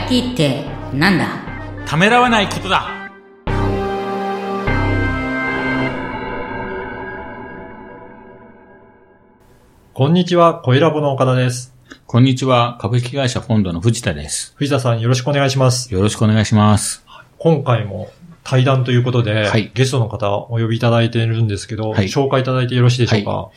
IT ってなんだ？ ためらわないことだ。 こんにちは、声ラボの岡田です。 こんにちは、株式会社フォンドの藤田です。 藤田さん、よろしくお願いします。 よろしくお願いします。 今回も対談ということで、はい、ゲストの方お呼びいただいているんですけど、はい、紹介いただいてよろしいでしょうか？ はい、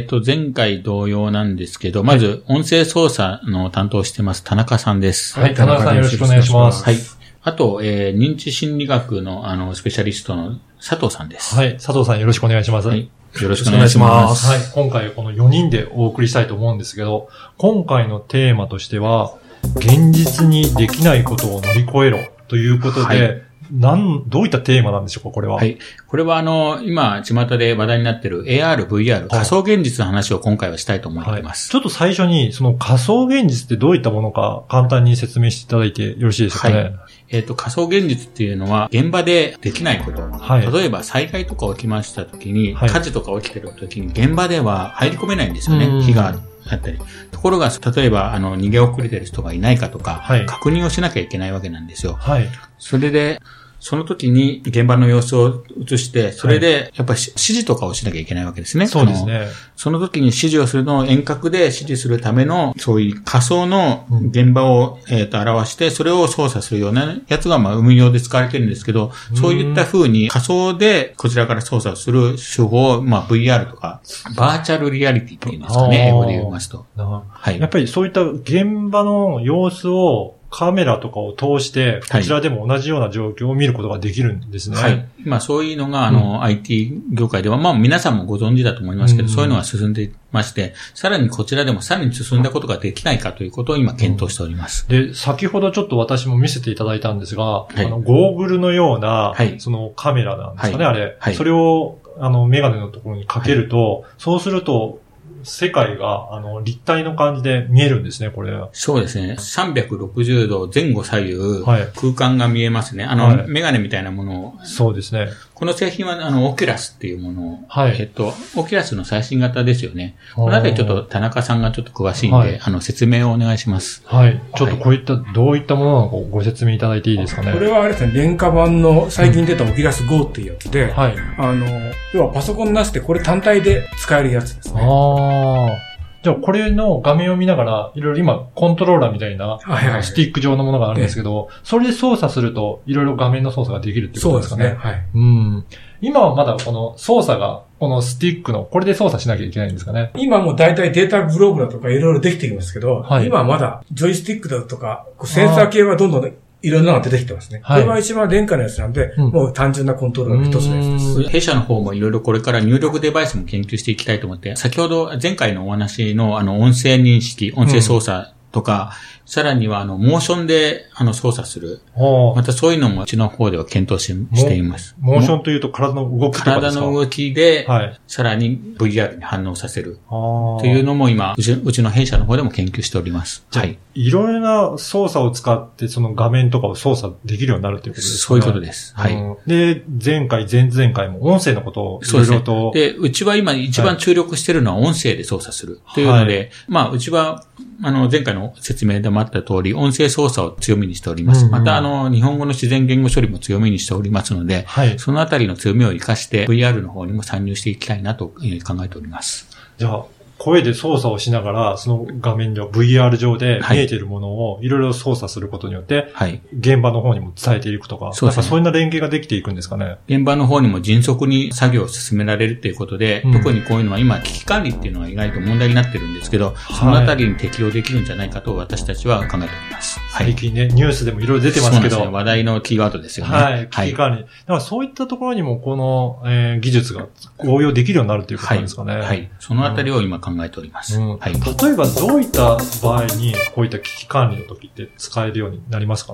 前回同様なんですけど、まず音声操作の担当してます田中さんです。 はい、田中さんよろしくお願いします。 はい。あと、認知心理学のスペシャリストの佐藤さんです。 はい、佐藤さんよろしくお願いします。はい。 よろしくお願いします。 はい。今回この4人でお送りしたいと思うんですけど、今回のテーマとしては、現実にできないことを乗り越えろということで、はい、どういったテーマなんでしょうか、これは。 はい。これは今、巷で話題になっている AR、VR、仮想現実の話を今回はしたいと思っています。 はい。ちょっと最初に、その仮想現実ってどういったものか簡単に説明していただいてよろしいでしょうかね。はい。 仮想現実っていうのは、現場でできないこと。はい。例えば災害とか起きました時に、はい、火事とか起きてる時に、現場では入り込めないんですよね。火があったり。ところが、例えば、逃げ遅れてる人がいないかとか、はい、確認をしなきゃいけないわけなんですよ。はい。それで、その時に現場の様子を映して、それでやっぱり指示とかをしなきゃいけないわけですね。 そうですね。 その時に指示をするのを遠隔で指示するための、そういう仮想の現場を、表して、それを操作するようなやつが運用で使われてるんですけど、そういった風に仮想でこちらから操作する手法を、VR とか、バーチャルリアリティっていうんですかね、英語で言いますと。 はい。やっぱりそういった現場の様子をカメラとかを通して、こちらでも同じような状況を見ることができるんですね。はい。 今そういうのが、IT 業界では、皆さんもご存知だと思いますけど、そういうのが進んでいまして、さらにこちらでもさらに進んだことができないかということを今検討しております。 で、先ほどちょっと私も見せていただいたんですが、はい、ゴーグルのような、はい、そのカメラなんですかね、はい、あれ。はい。それを、メガネのところにかけると、はい、そうすると、世界が、立体の感じで見えるんですね、これ。 そうですね。360度前後左右、はい、空間が見えますね。はい、メガネみたいなものを。 そうですね。 この製品は、オキュラスっていうものを、はい。オキュラスの最新型ですよね。このあたりちょっと田中さんがちょっと詳しいんで、はい、説明をお願いします。 はい。ちょっとこういった、どういったものなのかご説明いただいていいですかね。 これはあれですね、廉価版の最近出たオキュラス GO っていうやつで、はい。要はパソコンなしでこれ単体で使えるやつですね。 じゃあこれの画面を見ながら、いろいろ今コントローラーみたいな、スティック状のものがあるんですけど、それで操作すると、いろいろ画面の操作ができるってことですかね。そうですね。はい。今はまだこの操作が、このスティックの、これで操作しなきゃいけないんですかね。 今もだいたいデータグローブだとかいろいろできてきますけど、はい、今はまだジョイスティックだとか、センサー系はどんどんいろんなのが出てきてますね。はい。これは一番廉価なやつなんで、もう単純なコントローラーの一つのやつです。 弊社の方もいろいろこれから入力デバイスも研究していきたいと思って、先ほど前回のお話の音声認識、音声操作とか、さらにはモーションで操作する。またそういうのもうちの方では検討しています。 モーションというと体の動きとかですか？ 体の動きで、はい、さらに VR に反応させる。というのも今、うちの弊社の方でも研究しております。 はい。いろいろな操作を使ってその画面とかを操作できるようになるということですか？ そういうことです。はい。 で、前回、前々回も音声のことをいろいろと。 で、うちは今一番注力しているのは音声で操作する。というので、はい、うちは、前回の説明でもあった通り、音声操作を強みにしております。また、日本語の自然言語処理も強みにしておりますので、はい、そのあたりの強みを活かして、VR の方にも参入していきたいなと考えております。 じゃあ、声で操作をしながら、その画面上、VR 上で見えているものをいろいろ操作することによって、はい、現場の方にも伝えていくとか、そうですね。そういうような連携ができていくんですかね。 現場の方にも迅速に作業を進められるということで、特にこういうのは今、危機管理っていうのが意外と問題になってるんですけど、そのあたりに適用できるんじゃないかと私たちは考えております。 はい。最近ね、ニュースでもいろいろ出てますけど。そうですね。 話題のキーワードですよね。 はい。危機管理。だからそういったところにもこの、技術が応用できるようになるということですかね。 はい。そのあたりを今考えております。 はい。例えばどういった場合にこういった危機管理の時って使えるようになりますかね？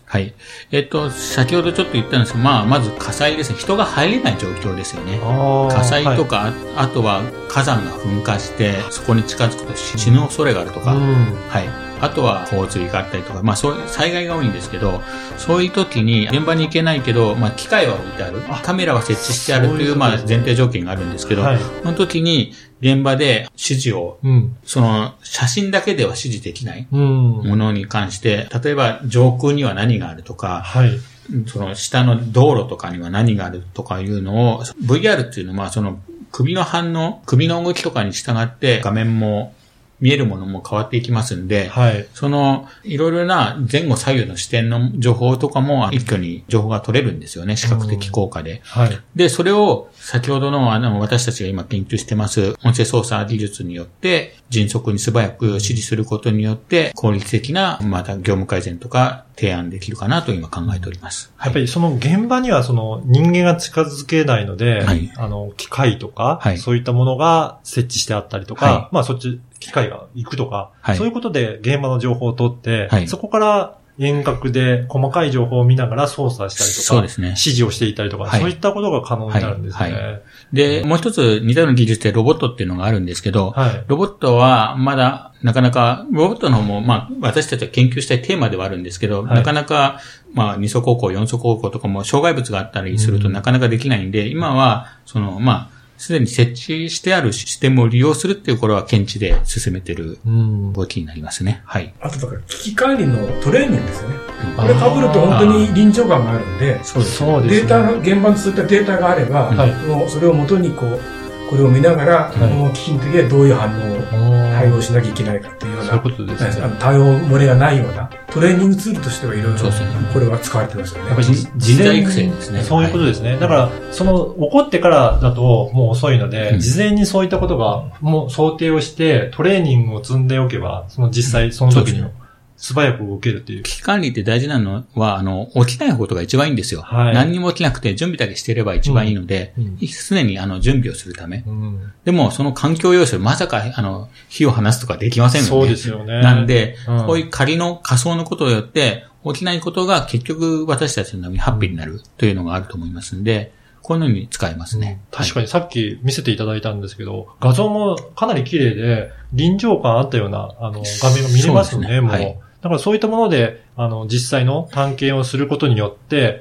はい。先ほどちょっと言ったんですけど、まず火災ですね。人が入れない状況ですよね。火災とか、はい、あとは火山が噴火して、そこに近づくと死ぬ恐れがあるとか、はい。あとは洪水があったりとか、そういう災害が多いんですけど、そういう時に現場に行けないけど、機械は置いてある。カメラは設置してあるという、前提条件があるんですけど、はい、その時に現場で指示を、その写真だけでは指示できないものに関して、例えば上空には何があるとか、はい、その下の道路とかには何があるとかいうのを、VR っていうのはその首の反応、首の動きとかに従って画面も見えるものも変わっていきますんで、はい、いろいろな前後左右の視点の情報とかも一挙に情報が取れるんですよね、視覚的効果で。はい、で、それを先ほどの私たちが今研究してます音声操作技術によって迅速に素早く指示することによって効率的なまた業務改善とか提案できるかなと今考えております。 やっぱりその現場にはその人間が近づけないので、はい、機械とか、はい、そういったものが設置してあったりとか、はい、そっち機械が行くとか、はい、そういうことで現場の情報を取って、はい、そこから遠隔で細かい情報を見ながら操作したりとか、そうですね、指示をしていたりとか、はい、そういったことが可能になるんですね。はいはい、 で、もう一つ似たような技術でロボットっていうのがあるんですけど、はい、ロボットはまだなかなか、ロボットの方も私たちが研究したいテーマではあるんですけど、はい、なかなか二足歩行、四足歩行とかも障害物があったりするとなかなかできないんで、今はすでに設置してあるシステムを利用するっていうこれは検知で進めてる動きになりますね。はい。 あとだから危機管理のトレーニングですよね。これ被ると本当に臨場感があるんで、そうですね。データ、現場にそういったデータがあれば、はい、もうそれを元にこれを見ながら、この危機の時はどういう反応を対応しなきゃいけないかっていうような、 そういうことですね。 対応漏れがないようなトレーニングツールとしてはいろいろこれは使われてますよね。 やっぱり人材育成ですね。 そういうことですね。だから、起こってからだともう遅いので、事前にそういったことがもう想定をしてトレーニングを積んでおけば、実際その時に素早く動けるっていう。 危機管理って大事なのは、起きないことが一番いいんですよ。はい、何にも起きなくて準備だけしていれば一番いいので、常に準備をするため。でも、その環境要素でまさか、火を放すとかできませんので。 そうですよね。 なんで、こういう仮の仮想のことによって、起きないことが結局私たちのためにハッピーになるというのがあると思いますんで、こういうのに使えますね。 確かにさっき見せていただいたんですけど、画像もかなり綺麗で、臨場感あったような、画面が見れますよね、もう。はい、だからそういったもので、実際の探検をすることによって、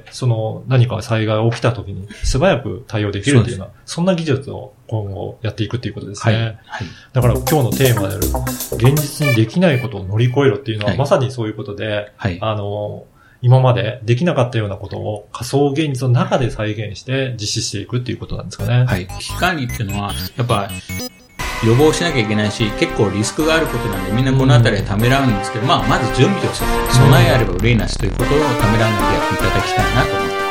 何か災害が起きた時に素早く対応できるというような、そんな技術を今後やっていくっていうことですね。はい。はい、だから今日のテーマである、現実にできないことを乗り越えろっていうのは、まさにそういうことで、はい、今までできなかったようなことを仮想現実の中で再現して実施していくっていうことなんですかね。 はい。危機管理っていうのは、やっぱ、予防しなきゃいけないし、結構リスクがあることなんで、みんなこのあたりでためらうんですけど、まず準備をする。備えあれば憂いなしということをためらわないでやっていただきたいなと思って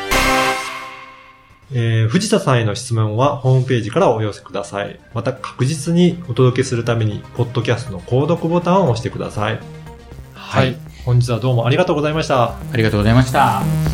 ます。藤田さんへの質問はホームページからお寄せください。また確実にお届けするために、ポッドキャストの購読ボタンを押してください。はい。本日はどうもありがとうございました。 ありがとうございました。